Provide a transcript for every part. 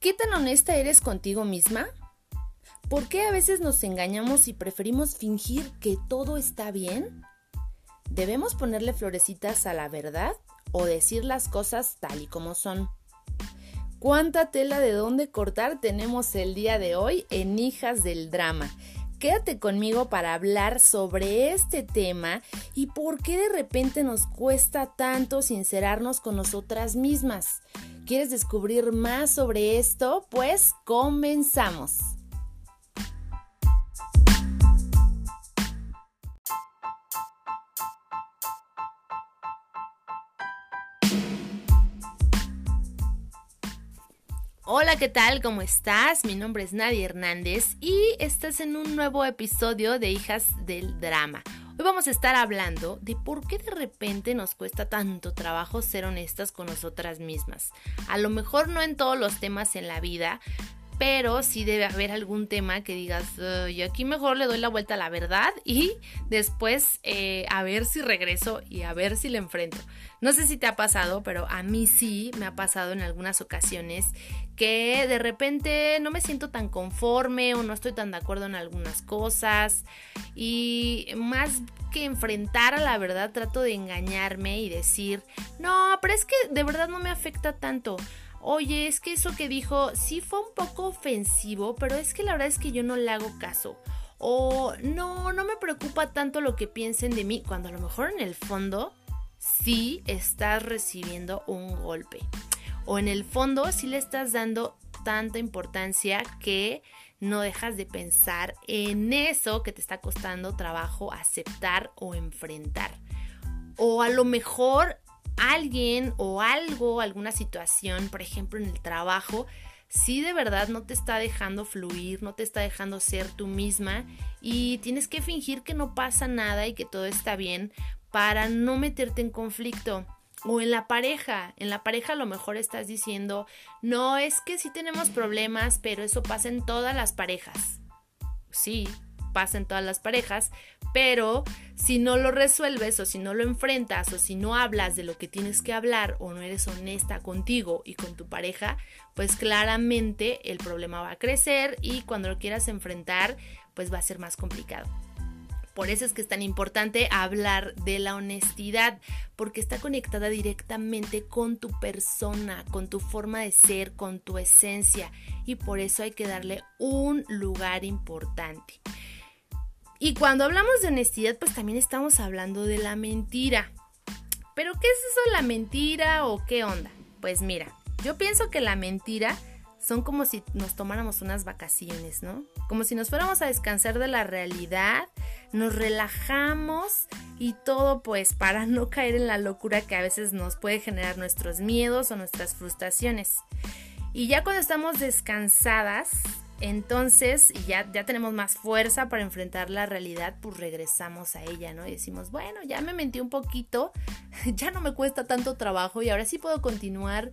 ¿Qué tan honesta eres contigo misma? ¿Por qué a veces nos engañamos y preferimos fingir que todo está bien? ¿Debemos ponerle florecitas a la verdad o decir las cosas tal y como son? ¿Cuánta tela de dónde cortar tenemos el día de hoy en Hijas del Drama? Quédate conmigo para hablar sobre este tema y por qué de repente nos cuesta tanto sincerarnos con nosotras mismas. ¿Quieres descubrir más sobre esto? Pues comenzamos. Hola, ¿qué tal? ¿Cómo estás? Mi nombre es Nadia Hernández y estás en un nuevo episodio de Hijas del Drama. Hoy vamos a estar hablando de por qué de repente nos cuesta tanto trabajo ser honestas con nosotras mismas. A lo mejor no en todos los temas en la vida, pero sí debe haber algún tema que digas, y aquí mejor le doy la vuelta a la verdad y después a ver si regreso y a ver si le enfrento. No sé si te ha pasado, pero a mí sí me ha pasado en algunas ocasiones que de repente no me siento tan conforme o no estoy tan de acuerdo en algunas cosas y más que enfrentar a la verdad trato de engañarme y decir, no, pero es que de verdad no me afecta tanto. Oye, es que eso que dijo sí fue un poco ofensivo, pero es que la verdad es que yo no le hago caso. O no me preocupa tanto lo que piensen de mí, cuando a lo mejor en el fondo sí estás recibiendo un golpe. O en el fondo sí le estás dando tanta importancia que no dejas de pensar en eso que te está costando trabajo aceptar o enfrentar. O a lo mejor alguien o algo, alguna situación, por ejemplo en el trabajo, sí de verdad no te está dejando fluir, no te está dejando ser tú misma y tienes que fingir que no pasa nada y que todo está bien para no meterte en conflicto. O en la pareja a lo mejor estás diciendo, no, es que sí tenemos problemas, pero eso pasa en todas las parejas. Sí, pasa en todas las parejas, pero si no lo resuelves o si no lo enfrentas o si no hablas de lo que tienes que hablar o no eres honesta contigo y con tu pareja, pues claramente el problema va a crecer y cuando lo quieras enfrentar, pues va a ser más complicado. Por eso es que es tan importante hablar de la honestidad, porque está conectada directamente con tu persona, con tu forma de ser, con tu esencia, y por eso hay que darle un lugar importante. Y cuando hablamos de honestidad, pues también estamos hablando de la mentira. ¿Pero qué es eso, la mentira o qué onda? Pues mira, yo pienso que la mentira son como si nos tomáramos unas vacaciones, ¿no? Como si nos fuéramos a descansar de la realidad, nos relajamos y todo pues para no caer en la locura que a veces nos puede generar nuestros miedos o nuestras frustraciones. Y ya cuando estamos descansadas, entonces ya tenemos más fuerza para enfrentar la realidad, pues regresamos a ella, ¿no? Y decimos, bueno, ya me mentí un poquito, ya no me cuesta tanto trabajo y ahora sí puedo continuar.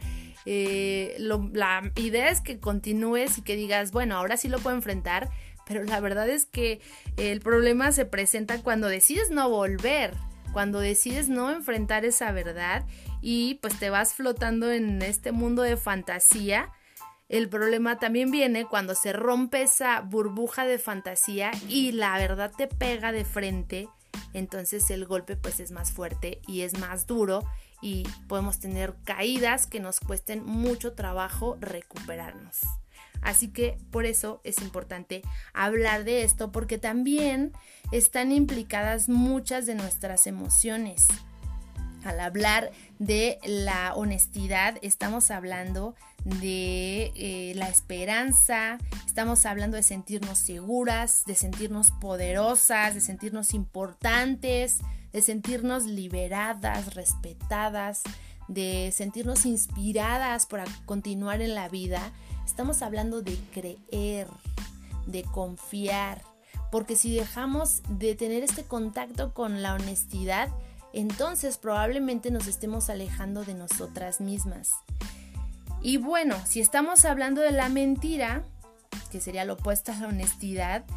La idea es que continúes y que digas, bueno, ahora sí lo puedo enfrentar, pero la verdad es que el problema se presenta cuando decides no volver, cuando decides no enfrentar esa verdad y pues te vas flotando en este mundo de fantasía. El problema también viene cuando se rompe esa burbuja de fantasía y la verdad te pega de frente, entonces el golpe pues es más fuerte y es más duro y podemos tener caídas que nos cuesten mucho trabajo recuperarnos. Así que por eso es importante hablar de esto, porque también están implicadas muchas de nuestras emociones. Al hablar de la honestidad, estamos hablando de la esperanza, estamos hablando de sentirnos seguras, de sentirnos poderosas, de sentirnos importantes, de sentirnos liberadas, respetadas, de sentirnos inspiradas para continuar en la vida. Estamos hablando de creer, de confiar, porque si dejamos de tener este contacto con la honestidad, entonces probablemente nos estemos alejando de nosotras mismas. Y bueno, si estamos hablando de la mentira, que sería lo opuesto a la honestidad,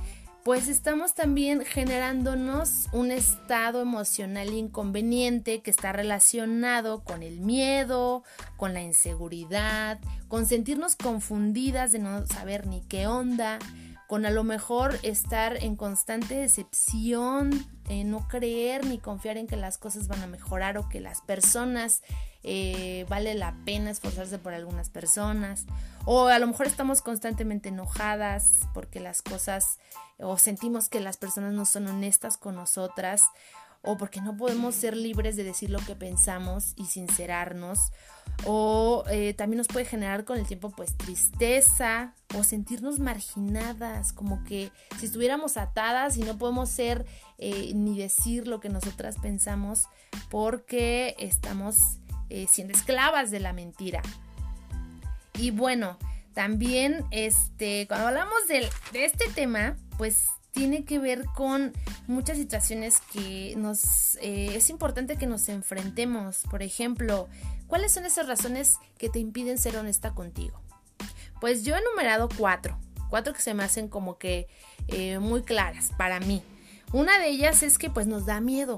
pues estamos también generándonos un estado emocional inconveniente que está relacionado con el miedo, con la inseguridad, con sentirnos confundidas de no saber ni qué onda, con a lo mejor estar en constante decepción, no creer ni confiar en que las cosas van a mejorar o que las personas vale la pena esforzarse por algunas personas, o a lo mejor estamos constantemente enojadas porque las cosas o sentimos que las personas no son honestas con nosotras, o porque no podemos ser libres de decir lo que pensamos y sincerarnos, o también nos puede generar con el tiempo pues tristeza o sentirnos marginadas, como que si estuviéramos atadas y no podemos ser ni decir lo que nosotras pensamos porque estamos siendo esclavas de la mentira. Y bueno, también cuando hablamos de este tema, pues tiene que ver con muchas situaciones que es importante que nos enfrentemos. Por ejemplo, ¿cuáles son esas razones que te impiden ser honesta contigo? Pues yo he enumerado cuatro que se me hacen como que muy claras para mí. Una de ellas es que pues nos da miedo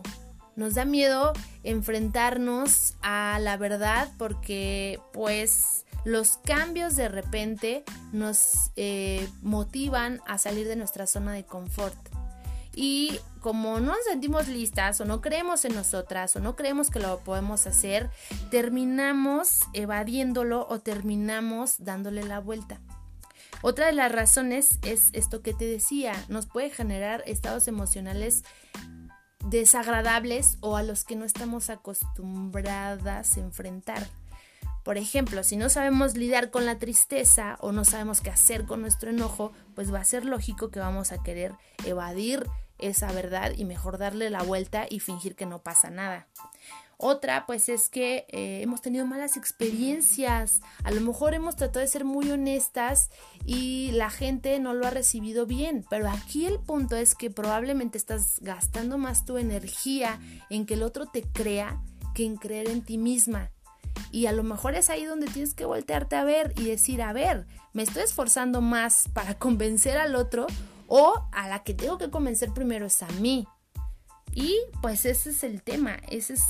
enfrentarnos a la verdad porque pues los cambios de repente nos motivan a salir de nuestra zona de confort. Y como no nos sentimos listas o no creemos en nosotras o no creemos que lo podemos hacer, terminamos evadiéndolo o terminamos dándole la vuelta. Otra de las razones es esto que te decía, nos puede generar estados emocionales desagradables o a los que no estamos acostumbradas a enfrentar. Por ejemplo, si no sabemos lidiar con la tristeza o no sabemos qué hacer con nuestro enojo, pues va a ser lógico que vamos a querer evadir esa verdad y mejor darle la vuelta y fingir que no pasa nada. Otra, pues es que hemos tenido malas experiencias. A lo mejor hemos tratado de ser muy honestas y la gente no lo ha recibido bien. Pero aquí el punto es que probablemente estás gastando más tu energía en que el otro te crea que en creer en ti misma. Y a lo mejor es ahí donde tienes que voltearte a ver y decir, a ver, ¿me estoy esforzando más para convencer al otro o a la que tengo que convencer primero es a mí? Y pues ese es el tema, ese es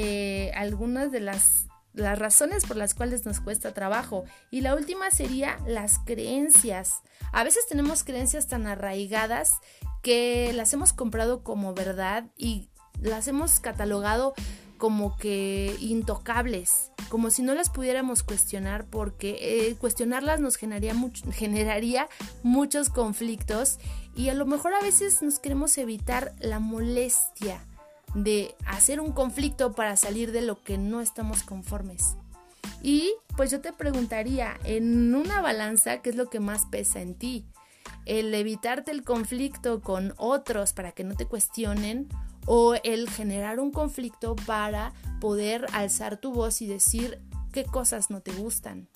algunas de las razones por las cuales nos cuesta trabajo. Y la última sería las creencias. A veces tenemos creencias tan arraigadas que las hemos comprado como verdad y las hemos catalogado como que intocables, como si no las pudiéramos cuestionar porque cuestionarlas nos generaría muchos conflictos y a lo mejor a veces nos queremos evitar la molestia de hacer un conflicto para salir de lo que no estamos conformes. Y pues yo te preguntaría, en una balanza, ¿qué es lo que más pesa en ti? ¿El evitarte el conflicto con otros para que no te cuestionen o el generar un conflicto para poder alzar tu voz y decir qué cosas no te gustan?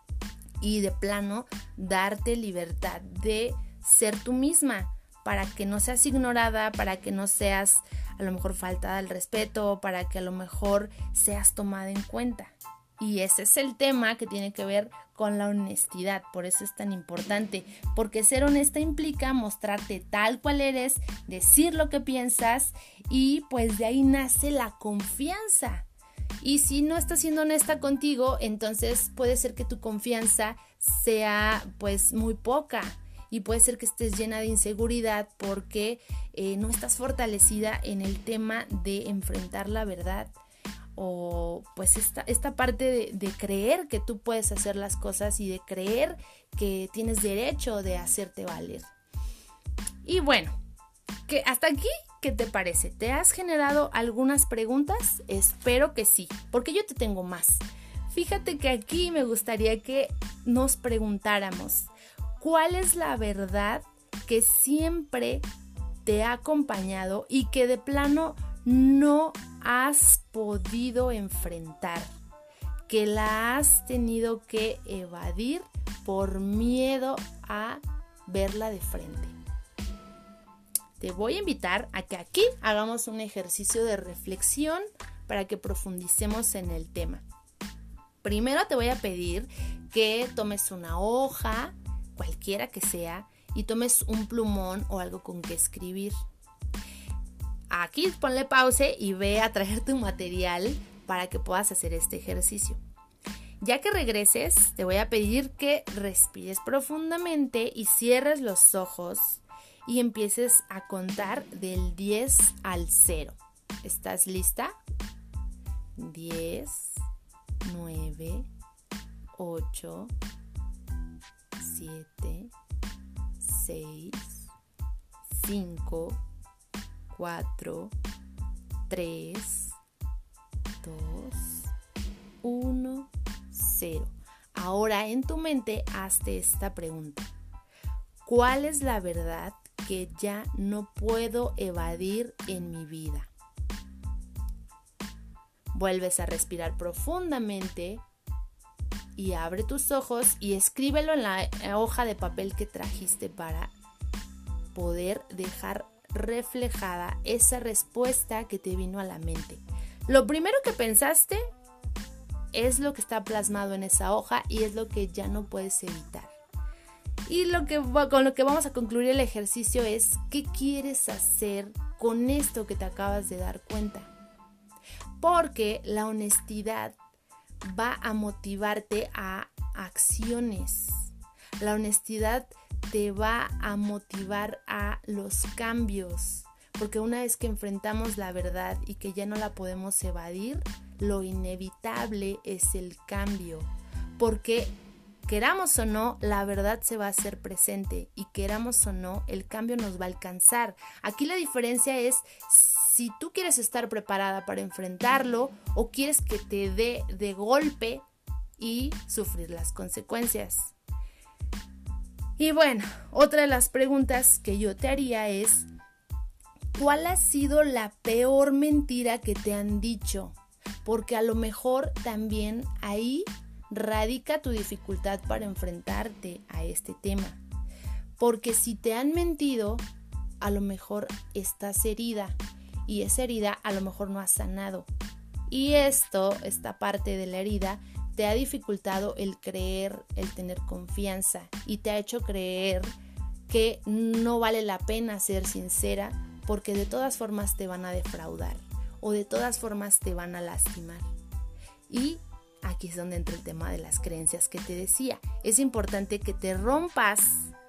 Y de plano, darte libertad de ser tú misma para que no seas ignorada, para que no seas a lo mejor faltada al respeto, para que a lo mejor seas tomada en cuenta. Y ese es el tema que tiene que ver con la honestidad, por eso es tan importante, porque ser honesta implica mostrarte tal cual eres, decir lo que piensas y pues de ahí nace la confianza. Y si no estás siendo honesta contigo, entonces puede ser que tu confianza sea pues muy poca y puede ser que estés llena de inseguridad porque no estás fortalecida en el tema de enfrentar la verdad. O pues esta parte de creer que tú puedes hacer las cosas y de creer que tienes derecho de hacerte valer. Y bueno, que hasta aquí, ¿qué te parece? ¿Te has generado algunas preguntas? Espero que sí, porque yo te tengo más. Fíjate que aquí me gustaría que nos preguntáramos, ¿cuál es la verdad que siempre te ha acompañado y que de plano no has podido enfrentar, que la has tenido que evadir por miedo a verla de frente? Te voy a invitar a que aquí hagamos un ejercicio de reflexión para que profundicemos en el tema. Primero te voy a pedir que tomes una hoja, cualquiera que sea, y tomes un plumón o algo con que escribir. Aquí ponle pause y ve a traer tu material para que puedas hacer este ejercicio. Ya que regreses, te voy a pedir que respires profundamente y cierres los ojos y empieces a contar del 10 al 0. ¿Estás lista? 10, 9, 8, 7, 6, 5, 4, 3, 2, 1, 0. Ahora en tu mente hazte esta pregunta. ¿Cuál es la verdad que ya no puedo evadir en mi vida? Vuelves a respirar profundamente y abre tus ojos y escríbelo en la hoja de papel que trajiste para poder dejar reflejada esa respuesta que te vino a la mente. Lo primero que pensaste es lo que está plasmado en esa hoja y es lo que ya no puedes evitar. Y con lo que vamos a concluir el ejercicio es ¿qué quieres hacer con esto que te acabas de dar cuenta? Porque la honestidad va a motivarte a acciones. La honestidad te va a motivar a los cambios. Porque una vez que enfrentamos la verdad y que ya no la podemos evadir, lo inevitable es el cambio. Porque queramos o no, la verdad se va a hacer presente y queramos o no, el cambio nos va a alcanzar. Aquí la diferencia es si tú quieres estar preparada para enfrentarlo o quieres que te dé de golpe y sufrir las consecuencias. Y bueno, otra de las preguntas que yo te haría es, ¿cuál ha sido la peor mentira que te han dicho? Porque a lo mejor también ahí radica tu dificultad para enfrentarte a este tema. Porque si te han mentido, a lo mejor estás herida y esa herida a lo mejor no ha sanado. Y esta parte de la herida, te ha dificultado el creer, el tener confianza y te ha hecho creer que no vale la pena ser sincera porque de todas formas te van a defraudar o de todas formas te van a lastimar. Y aquí es donde entra el tema de las creencias que te decía. Es importante que te rompas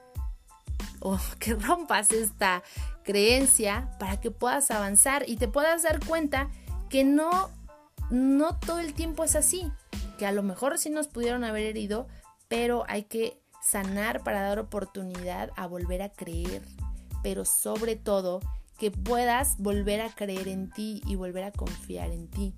o que rompas esta creencia para que puedas avanzar y te puedas dar cuenta que no todo el tiempo es así, que a lo mejor sí nos pudieron haber herido, pero hay que sanar para dar oportunidad a volver a creer, pero sobre todo que puedas volver a creer en ti y volver a confiar en ti.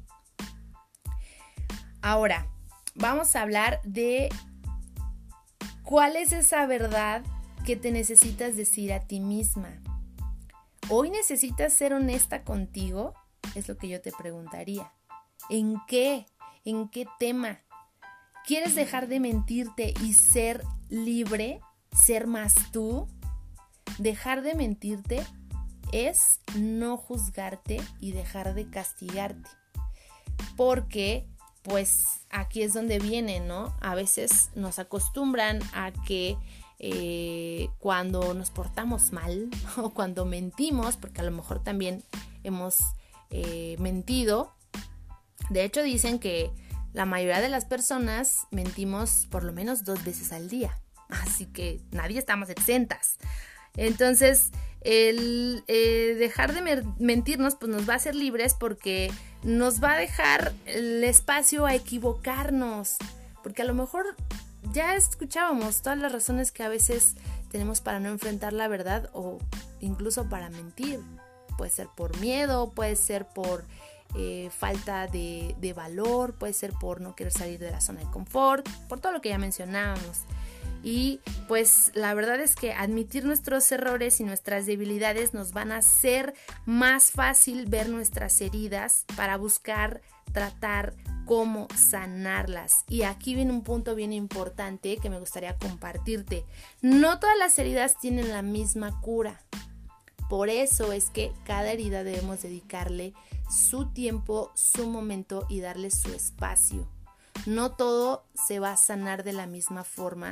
Ahora, vamos a hablar de cuál es esa verdad que te necesitas decir a ti misma. ¿Hoy necesitas ser honesta contigo? Es lo que yo te preguntaría. ¿En qué? ¿En qué tema? ¿Quieres dejar de mentirte y ser libre? ¿Ser más tú? Dejar de mentirte es no juzgarte y dejar de castigarte. Porque pues aquí es donde viene, ¿no? A veces nos acostumbran a que cuando nos portamos mal o cuando mentimos, porque a lo mejor también hemos mentido. De hecho dicen que la mayoría de las personas mentimos por lo menos 2 veces al día. Así que nadie estamos exentas. Entonces el dejar de mentirnos pues nos va a hacer libres porque nos va a dejar el espacio a equivocarnos, porque a lo mejor ya escuchábamos todas las razones que a veces tenemos para no enfrentar la verdad o incluso para mentir. Puede ser por miedo, puede ser por falta de valor, puede ser por no querer salir de la zona de confort, por todo lo que ya mencionábamos. Y pues la verdad es que admitir nuestros errores y nuestras debilidades nos van a hacer más fácil ver nuestras heridas para buscar, tratar cómo sanarlas. Y aquí viene un punto bien importante que me gustaría compartirte. No todas las heridas tienen la misma cura. Por eso es que cada herida debemos dedicarle su tiempo, su momento y darle su espacio. No todo se va a sanar de la misma forma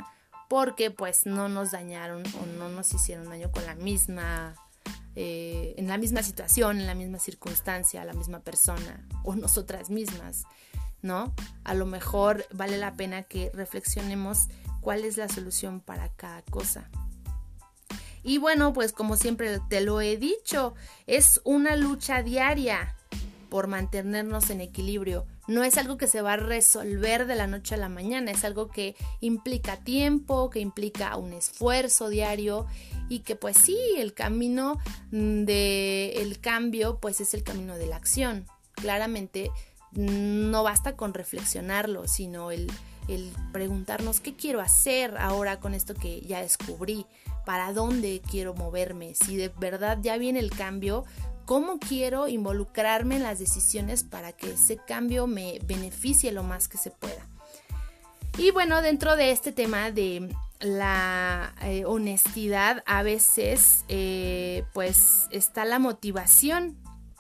porque pues no nos dañaron o no nos hicieron daño con la misma, en la misma situación, en la misma circunstancia, la misma persona o nosotras mismas, ¿no? A lo mejor vale la pena que reflexionemos cuál es la solución para cada cosa. Y bueno, pues como siempre te lo he dicho, es una lucha diaria por mantenernos en equilibrio. No es algo que se va a resolver de la noche a la mañana, es algo que implica tiempo, que implica un esfuerzo diario y que pues sí, el camino del cambio pues es el camino de la acción. Claramente no basta con reflexionarlo, sino el preguntarnos qué quiero hacer ahora con esto que ya descubrí, para dónde quiero moverme, si de verdad ya viene el cambio, cómo quiero involucrarme en las decisiones para que ese cambio me beneficie lo más que se pueda. Y bueno, dentro de este tema de la honestidad, a veces pues está la motivación.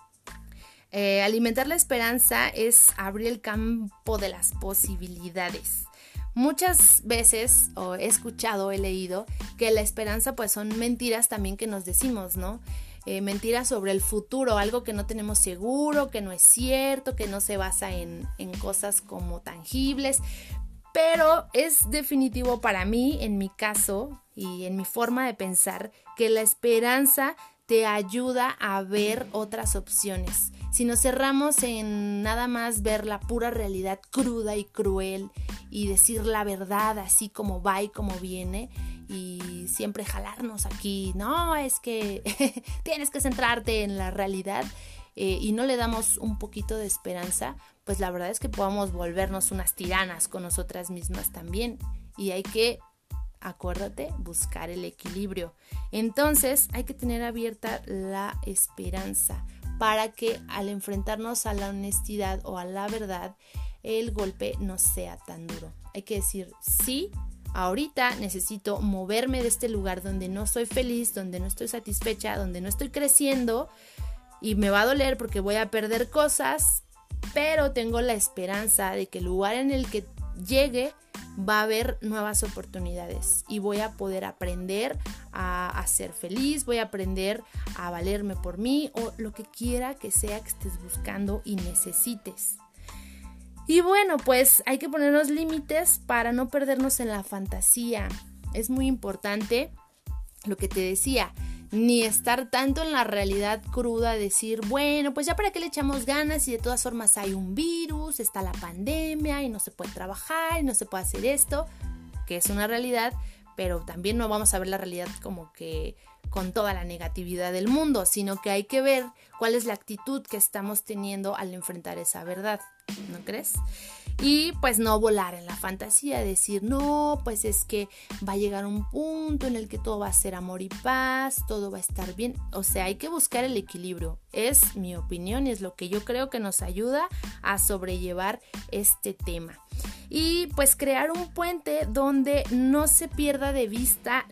Alimentar la esperanza es abrir el campo de las posibilidades. Muchas veces he escuchado, he leído que la esperanza pues son mentiras también que nos decimos, ¿no? Mentiras sobre el futuro, algo que no tenemos seguro, que no es cierto, que no se basa en cosas como tangibles, pero es definitivo para mí, en mi caso y en mi forma de pensar, que la esperanza te ayuda a ver otras opciones. Si nos cerramos en nada más ver la pura realidad cruda y cruel y decir la verdad así como va y como viene y siempre jalarnos aquí, no, es que tienes que centrarte en la realidad y no le damos un poquito de esperanza, pues la verdad es que podamos volvernos unas tiranas con nosotras mismas también y hay que, acuérdate, buscar el equilibrio. Entonces hay que tener abierta la esperanza para que al enfrentarnos a la honestidad o a la verdad, el golpe no sea tan duro. Hay que decir, sí, ahorita necesito moverme de este lugar donde no soy feliz, donde no estoy satisfecha, donde no estoy creciendo y me va a doler porque voy a perder cosas, pero tengo la esperanza de que el lugar en el que llegue va a haber nuevas oportunidades y voy a poder aprender a ser feliz, voy a aprender a valerme por mí o lo que quiera que sea que estés buscando y necesites. Y bueno, pues hay que ponernos límites para no perdernos en la fantasía. Es muy importante lo que te decía, ni estar tanto en la realidad cruda, decir, bueno, pues ya para qué le echamos ganas y de todas formas hay un virus, está la pandemia y no se puede trabajar y no se puede hacer esto, que es una realidad, pero también no vamos a ver la realidad como que con toda la negatividad del mundo, sino que hay que ver cuál es la actitud que estamos teniendo al enfrentar esa verdad, ¿no crees? Y pues no volar en la fantasía, decir, no, pues es que va a llegar un punto en el que todo va a ser amor y paz, todo va a estar bien. O sea, hay que buscar el equilibrio. Es mi opinión y es lo que yo creo que nos ayuda a sobrellevar este tema. Y pues crear un puente donde no se pierda de vista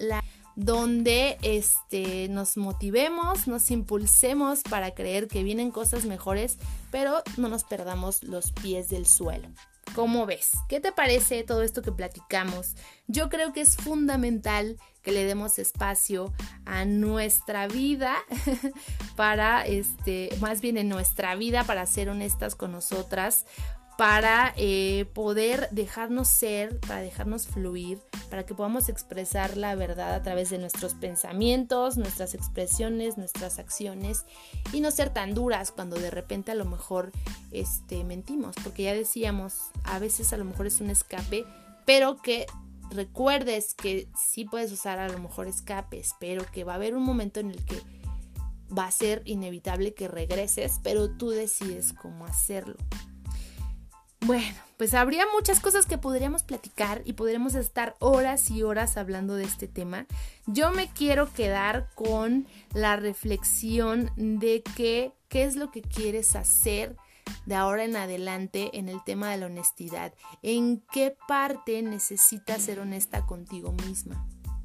donde nos motivemos, nos impulsemos para creer que vienen cosas mejores, pero no nos perdamos los pies del suelo. ¿Cómo ves? ¿Qué te parece todo esto que platicamos? Yo creo que es fundamental que le demos espacio a nuestra vida para, más bien en nuestra vida, para ser honestas con nosotras, para poder dejarnos ser, para dejarnos fluir, para que podamos expresar la verdad a través de nuestros pensamientos, nuestras expresiones, nuestras acciones y no ser tan duras cuando de repente a lo mejor mentimos, porque ya decíamos, a veces a lo mejor es un escape, pero que recuerdes que sí puedes usar a lo mejor escapes, pero que va a haber un momento en el que va a ser inevitable que regreses, pero tú decides cómo hacerlo. Bueno, pues habría muchas cosas que podríamos platicar y podríamos estar horas y horas hablando de este tema. Yo me quiero quedar con la reflexión de qué es lo que quieres hacer de ahora en adelante en el tema de la honestidad. ¿En qué parte necesitas ser honesta contigo misma?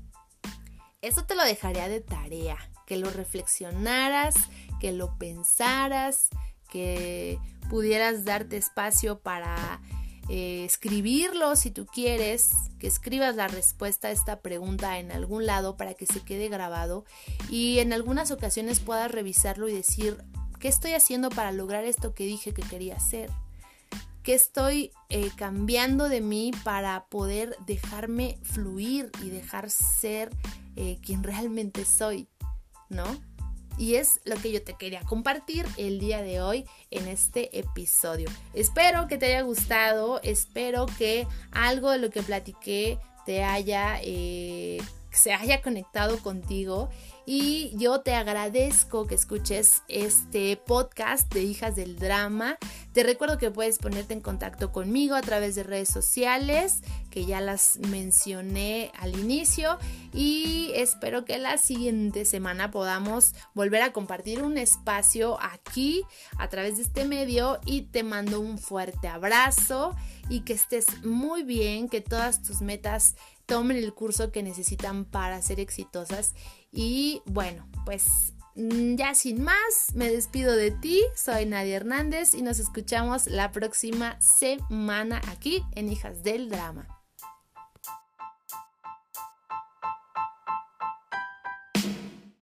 Eso te lo dejaría de tarea, que lo reflexionaras, que lo pensaras, que pudieras darte espacio para escribirlo si tú quieres, que escribas la respuesta a esta pregunta en algún lado para que se quede grabado y en algunas ocasiones puedas revisarlo y decir, ¿qué estoy haciendo para lograr esto que dije que quería hacer? ¿Qué estoy cambiando de mí para poder dejarme fluir y dejar ser quien realmente soy, ¿no? Y es lo que yo te quería compartir el día de hoy en este episodio. Espero que te haya gustado, espero que algo de lo que platiqué te haya, se haya conectado contigo. Y yo te agradezco que escuches este podcast de Hijas del Drama. Te recuerdo que puedes ponerte en contacto conmigo a través de redes sociales, que ya las mencioné al inicio. Y espero que la siguiente semana podamos volver a compartir un espacio aquí a través de este medio. Y te mando un fuerte abrazo y que estés muy bien, que todas tus metas tomen el curso que necesitan para ser exitosas. Y bueno, pues ya sin más, me despido de ti. Soy Nadia Hernández y nos escuchamos la próxima semana aquí en Hijas del Drama.